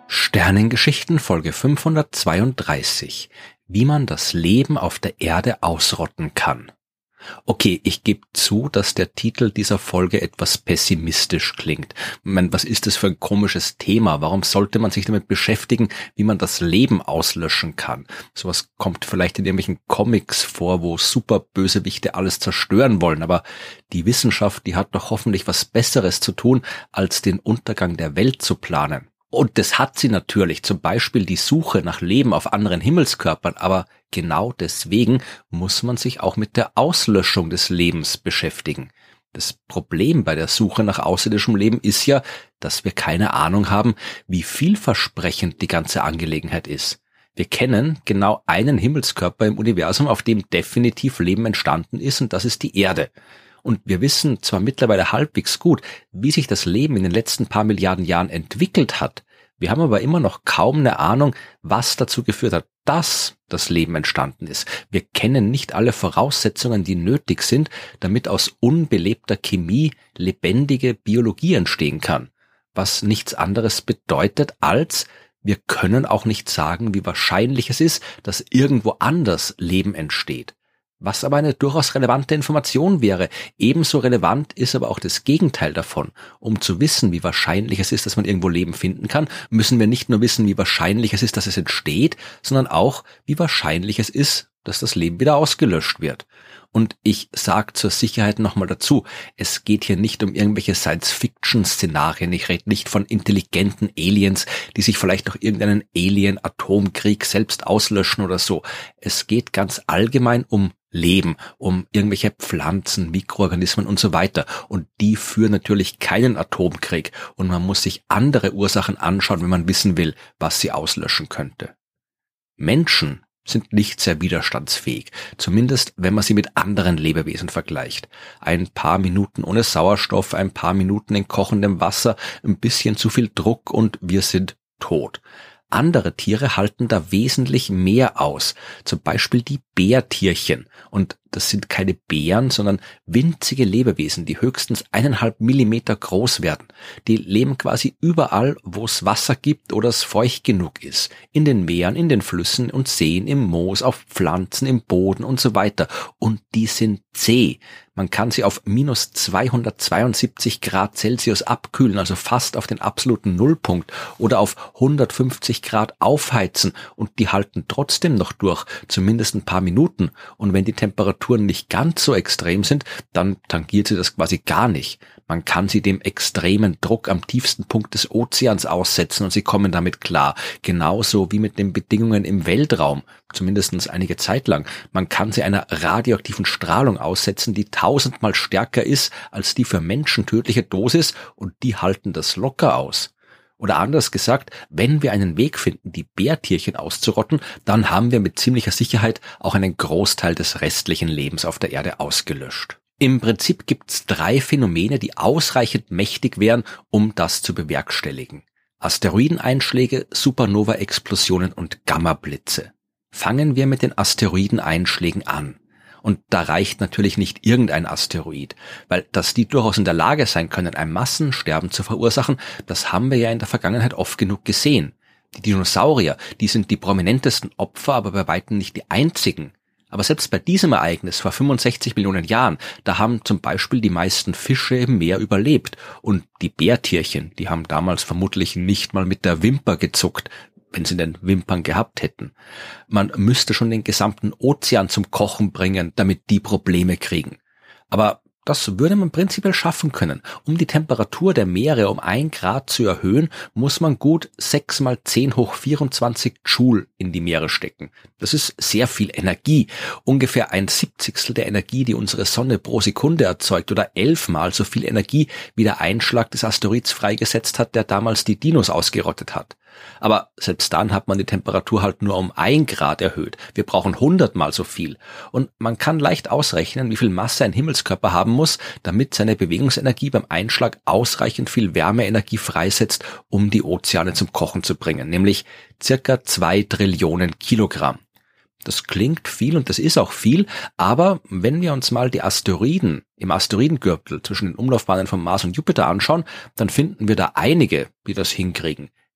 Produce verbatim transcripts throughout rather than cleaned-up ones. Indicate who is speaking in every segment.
Speaker 1: Sternengeschichten Folge fünfhundertzweiunddreißig. Wie man das Leben auf der Erde ausrotten kann. Okay, ich gebe zu, dass der Titel dieser Folge etwas pessimistisch klingt. Ich meine, was ist das für ein komisches Thema? Warum sollte man sich damit beschäftigen, wie man das Leben auslöschen kann? Sowas kommt vielleicht in irgendwelchen Comics vor, wo Superbösewichte alles zerstören wollen, aber die Wissenschaft, die hat doch hoffentlich was Besseres zu tun, als den Untergang der Welt zu planen. Und das hat sie natürlich, zum Beispiel die Suche nach Leben auf anderen Himmelskörpern, aber genau deswegen muss man sich auch mit der Auslöschung des Lebens beschäftigen. Das Problem bei der Suche nach außerirdischem Leben ist ja, dass wir keine Ahnung haben, wie vielversprechend die ganze Angelegenheit ist. Wir kennen genau einen Himmelskörper im Universum, auf dem definitiv Leben entstanden ist, und das ist die Erde. Und wir wissen zwar mittlerweile halbwegs gut, wie sich das Leben in den letzten paar Milliarden Jahren entwickelt hat. Wir haben aber immer noch kaum eine Ahnung, was dazu geführt hat, dass das Leben entstanden ist. Wir kennen nicht alle Voraussetzungen, die nötig sind, damit aus unbelebter Chemie lebendige Biologie entstehen kann. Was nichts anderes bedeutet als, wir können auch nicht sagen, wie wahrscheinlich es ist, dass irgendwo anders Leben entsteht. Was aber eine durchaus relevante Information wäre. Ebenso relevant ist aber auch das Gegenteil davon. Um zu wissen, wie wahrscheinlich es ist, dass man irgendwo Leben finden kann, müssen wir nicht nur wissen, wie wahrscheinlich es ist, dass es entsteht, sondern auch, wie wahrscheinlich es ist, dass das Leben wieder ausgelöscht wird. Und ich sage zur Sicherheit nochmal dazu, es geht hier nicht um irgendwelche Science-Fiction-Szenarien. Ich rede nicht von intelligenten Aliens, die sich vielleicht durch irgendeinen Alien-Atomkrieg selbst auslöschen oder so. Es geht ganz allgemein um Leben, um irgendwelche Pflanzen, Mikroorganismen und so weiter. Und die führen natürlich keinen Atomkrieg. Und man muss sich andere Ursachen anschauen, wenn man wissen will, was sie auslöschen könnte. Menschen sind nicht sehr widerstandsfähig, zumindest wenn man sie mit anderen Lebewesen vergleicht. Ein paar Minuten ohne Sauerstoff, ein paar Minuten in kochendem Wasser, ein bisschen zu viel Druck und wir sind tot. Andere Tiere halten da wesentlich mehr aus, zum Beispiel die Bärtierchen. Und das sind keine Bären, sondern winzige Lebewesen, die höchstens eineinhalb Millimeter groß werden. Die leben quasi überall, wo es Wasser gibt oder es feucht genug ist. In den Meeren, in den Flüssen und Seen, im Moos, auf Pflanzen, im Boden und so weiter. Und die sind zäh. Man kann sie auf minus zweihundertzweiundsiebzig Grad Celsius abkühlen, also fast auf den absoluten Nullpunkt, oder auf hundertfünfzig Grad aufheizen, und die halten trotzdem noch durch, zumindest ein paar Minuten. Und wenn die Temperaturen nicht ganz so extrem sind, dann tangiert sie das quasi gar nicht. Man kann sie dem extremen Druck am tiefsten Punkt des Ozeans aussetzen und sie kommen damit klar. Genauso wie mit den Bedingungen im Weltraum, zumindest einige Zeit lang. Man kann sie einer radioaktiven Strahlung aussetzen, die tausendmal stärker ist als die für Menschen tödliche Dosis, und die halten das locker aus. Oder anders gesagt, wenn wir einen Weg finden, die Bärtierchen auszurotten, dann haben wir mit ziemlicher Sicherheit auch einen Großteil des restlichen Lebens auf der Erde ausgelöscht. Im Prinzip gibt's drei Phänomene, die ausreichend mächtig wären, um das zu bewerkstelligen. Asteroideneinschläge, Supernova-Explosionen und Gammablitze. Fangen wir mit den Asteroideneinschlägen an. Und da reicht natürlich nicht irgendein Asteroid, weil dass die durchaus in der Lage sein können, ein Massensterben zu verursachen, das haben wir ja in der Vergangenheit oft genug gesehen. Die Dinosaurier, die sind die prominentesten Opfer, aber bei weitem nicht die einzigen. Aber selbst bei diesem Ereignis vor fünfundsechzig Millionen Jahren, da haben zum Beispiel die meisten Fische im Meer überlebt. Und die Bärtierchen, die haben damals vermutlich nicht mal mit der Wimper gezuckt, wenn sie denn Wimpern gehabt hätten. Man müsste schon den gesamten Ozean zum Kochen bringen, damit die Probleme kriegen. Aber das würde man prinzipiell schaffen können. Um die Temperatur der Meere um ein Grad zu erhöhen, muss man gut sechs mal zehn hoch vierundzwanzig Joule in die Meere stecken. Das ist sehr viel Energie. Ungefähr ein Siebzigstel der Energie, die unsere Sonne pro Sekunde erzeugt, oder elfmal so viel Energie, wie der Einschlag des Asteroids freigesetzt hat, der damals die Dinos ausgerottet hat. Aber selbst dann hat man die Temperatur halt nur um ein Grad erhöht. Wir brauchen hundertmal so viel. Und man kann leicht ausrechnen, wie viel Masse ein Himmelskörper haben muss, damit seine Bewegungsenergie beim Einschlag ausreichend viel Wärmeenergie freisetzt, um die Ozeane zum Kochen zu bringen, nämlich circa zwei Trillionen Kilogramm. Das klingt viel und das ist auch viel, aber wenn wir uns mal die Asteroiden im Asteroidengürtel zwischen den Umlaufbahnen von Mars und Jupiter anschauen, dann finden wir da einige, die das hinkriegen.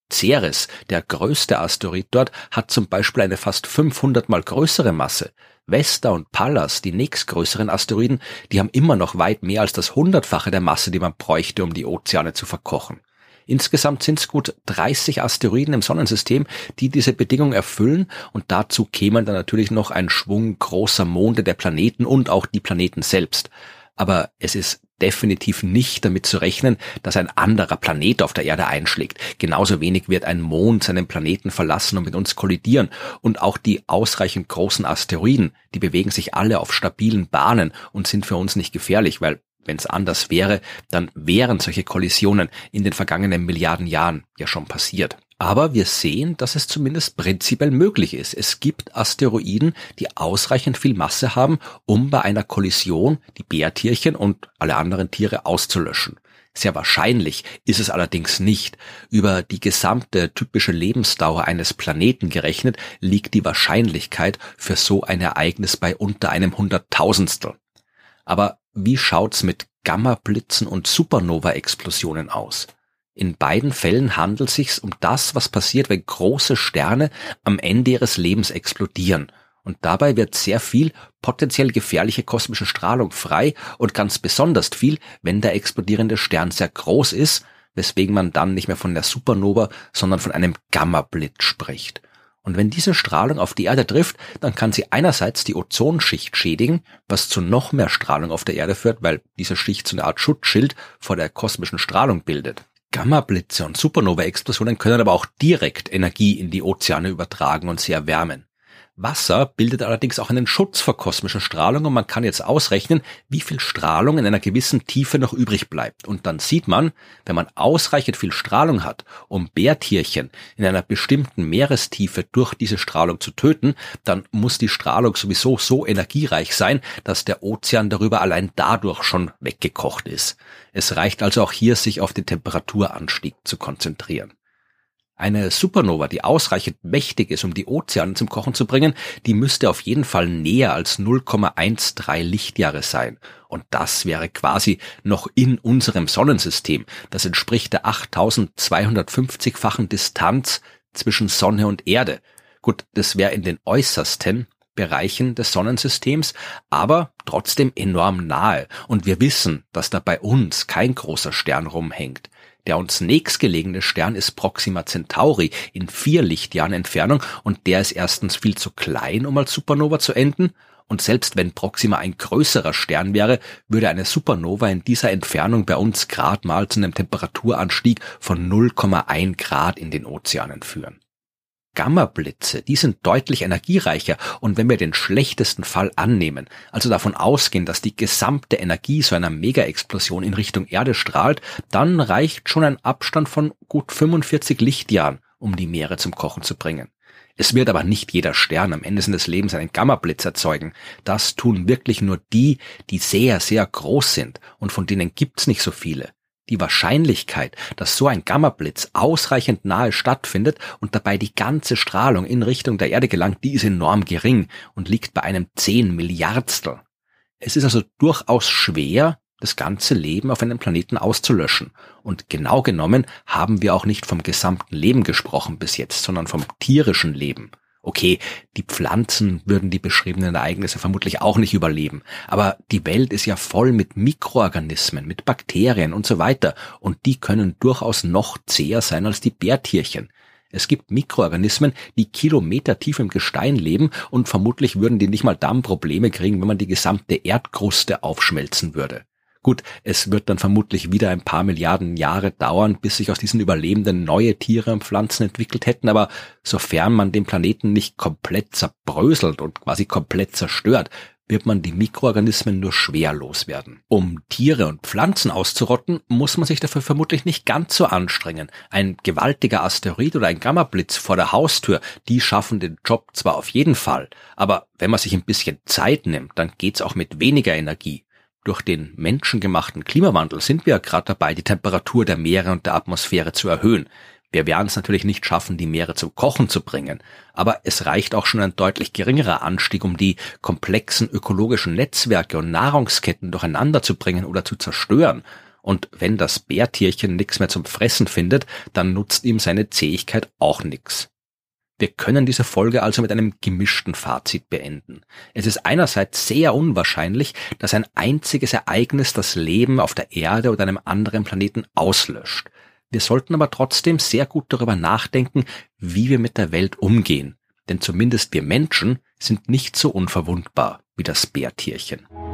Speaker 1: Ceres, der größte Asteroid dort, hat zum Beispiel eine fast fünfhundert mal größere Masse. Vesta und Pallas, die nächstgrößeren Asteroiden, die haben immer noch weit mehr als das hundertfache der Masse, die man bräuchte, um die Ozeane zu verkochen. Insgesamt sind es gut dreißig Asteroiden im Sonnensystem, die diese Bedingungen erfüllen, und dazu kämen dann natürlich noch ein Schwung großer Monde der Planeten und auch die Planeten selbst. Aber es ist definitiv nicht damit zu rechnen, dass ein anderer Planet auf der Erde einschlägt. Genauso wenig wird ein Mond seinen Planeten verlassen und mit uns kollidieren. Und auch die ausreichend großen Asteroiden, die bewegen sich alle auf stabilen Bahnen und sind für uns nicht gefährlich, weil wenn es anders wäre, dann wären solche Kollisionen in den vergangenen Milliarden Jahren ja schon passiert. Aber wir sehen, dass es zumindest prinzipiell möglich ist. Es gibt Asteroiden, die ausreichend viel Masse haben, um bei einer Kollision die Bärtierchen und alle anderen Tiere auszulöschen. Sehr wahrscheinlich ist es allerdings nicht. Über die gesamte typische Lebensdauer eines Planeten gerechnet, liegt die Wahrscheinlichkeit für so ein Ereignis bei unter einem Hunderttausendstel. Aber wie schaut's mit Gammablitzen und Supernova-Explosionen aus? In beiden Fällen handelt es sich um das, was passiert, wenn große Sterne am Ende ihres Lebens explodieren. Und dabei wird sehr viel potenziell gefährliche kosmische Strahlung frei und ganz besonders viel, wenn der explodierende Stern sehr groß ist, weswegen man dann nicht mehr von der Supernova, sondern von einem Gammablitz spricht. Und wenn diese Strahlung auf die Erde trifft, dann kann sie einerseits die Ozonschicht schädigen, was zu noch mehr Strahlung auf der Erde führt, weil diese Schicht so eine Art Schutzschild vor der kosmischen Strahlung bildet. Gammablitze und Supernova-Explosionen können aber auch direkt Energie in die Ozeane übertragen und sie erwärmen. Wasser bildet allerdings auch einen Schutz vor kosmischer Strahlung, und man kann jetzt ausrechnen, wie viel Strahlung in einer gewissen Tiefe noch übrig bleibt. Und dann sieht man, wenn man ausreichend viel Strahlung hat, um Bärtierchen in einer bestimmten Meerestiefe durch diese Strahlung zu töten, dann muss die Strahlung sowieso so energiereich sein, dass der Ozean darüber allein dadurch schon weggekocht ist. Es reicht also auch hier, sich auf den Temperaturanstieg zu konzentrieren. Eine Supernova, die ausreichend mächtig ist, um die Ozeane zum Kochen zu bringen, die müsste auf jeden Fall näher als null Komma dreizehn Lichtjahre sein. Und das wäre quasi noch in unserem Sonnensystem. Das entspricht der achttausendzweihundertfünfzig-fachen Distanz zwischen Sonne und Erde. Gut, das wäre in den äußersten Bereichen des Sonnensystems, aber trotzdem enorm nahe. Und wir wissen, dass da bei uns kein großer Stern rumhängt. Der uns nächstgelegene Stern ist Proxima Centauri in vier Lichtjahren Entfernung, und der ist erstens viel zu klein, um als Supernova zu enden, und selbst wenn Proxima ein größerer Stern wäre, würde eine Supernova in dieser Entfernung bei uns gerade mal zu einem Temperaturanstieg von null Komma eins Grad in den Ozeanen führen. Gammablitze, die sind deutlich energiereicher, und wenn wir den schlechtesten Fall annehmen, also davon ausgehen, dass die gesamte Energie so einer Mega-Explosion in Richtung Erde strahlt, dann reicht schon ein Abstand von gut fünfundvierzig Lichtjahren, um die Meere zum Kochen zu bringen. Es wird aber nicht jeder Stern am Ende seines Lebens einen Gammablitz erzeugen. Das tun wirklich nur die, die sehr, sehr groß sind, und von denen gibt's nicht so viele. Die Wahrscheinlichkeit, dass so ein Gammablitz ausreichend nahe stattfindet und dabei die ganze Strahlung in Richtung der Erde gelangt, die ist enorm gering und liegt bei einem zehn Milliardstel. Es ist also durchaus schwer, das ganze Leben auf einem Planeten auszulöschen. Und genau genommen haben wir auch nicht vom gesamten Leben gesprochen bis jetzt, sondern vom tierischen Leben. Okay, die Pflanzen würden die beschriebenen Ereignisse vermutlich auch nicht überleben, aber die Welt ist ja voll mit Mikroorganismen, mit Bakterien und so weiter, und die können durchaus noch zäher sein als die Bärtierchen. Es gibt Mikroorganismen, die kilometertief im Gestein leben, und vermutlich würden die nicht mal dann Probleme kriegen, wenn man die gesamte Erdkruste aufschmelzen würde. Gut, es wird dann vermutlich wieder ein paar Milliarden Jahre dauern, bis sich aus diesen Überlebenden neue Tiere und Pflanzen entwickelt hätten, aber sofern man den Planeten nicht komplett zerbröselt und quasi komplett zerstört, wird man die Mikroorganismen nur schwer loswerden. Um Tiere und Pflanzen auszurotten, muss man sich dafür vermutlich nicht ganz so anstrengen. Ein gewaltiger Asteroid oder ein Gammablitz vor der Haustür, die schaffen den Job zwar auf jeden Fall, aber wenn man sich ein bisschen Zeit nimmt, dann geht's auch mit weniger Energie. Durch den menschengemachten Klimawandel sind wir gerade dabei, die Temperatur der Meere und der Atmosphäre zu erhöhen. Wir werden es natürlich nicht schaffen, die Meere zum Kochen zu bringen, aber es reicht auch schon ein deutlich geringerer Anstieg, um die komplexen ökologischen Netzwerke und Nahrungsketten durcheinander zu bringen oder zu zerstören. Und wenn das Bärtierchen nichts mehr zum Fressen findet, dann nutzt ihm seine Zähigkeit auch nichts. Wir können diese Folge also mit einem gemischten Fazit beenden. Es ist einerseits sehr unwahrscheinlich, dass ein einziges Ereignis das Leben auf der Erde oder einem anderen Planeten auslöscht. Wir sollten aber trotzdem sehr gut darüber nachdenken, wie wir mit der Welt umgehen. Denn zumindest wir Menschen sind nicht so unverwundbar wie das Bärtierchen.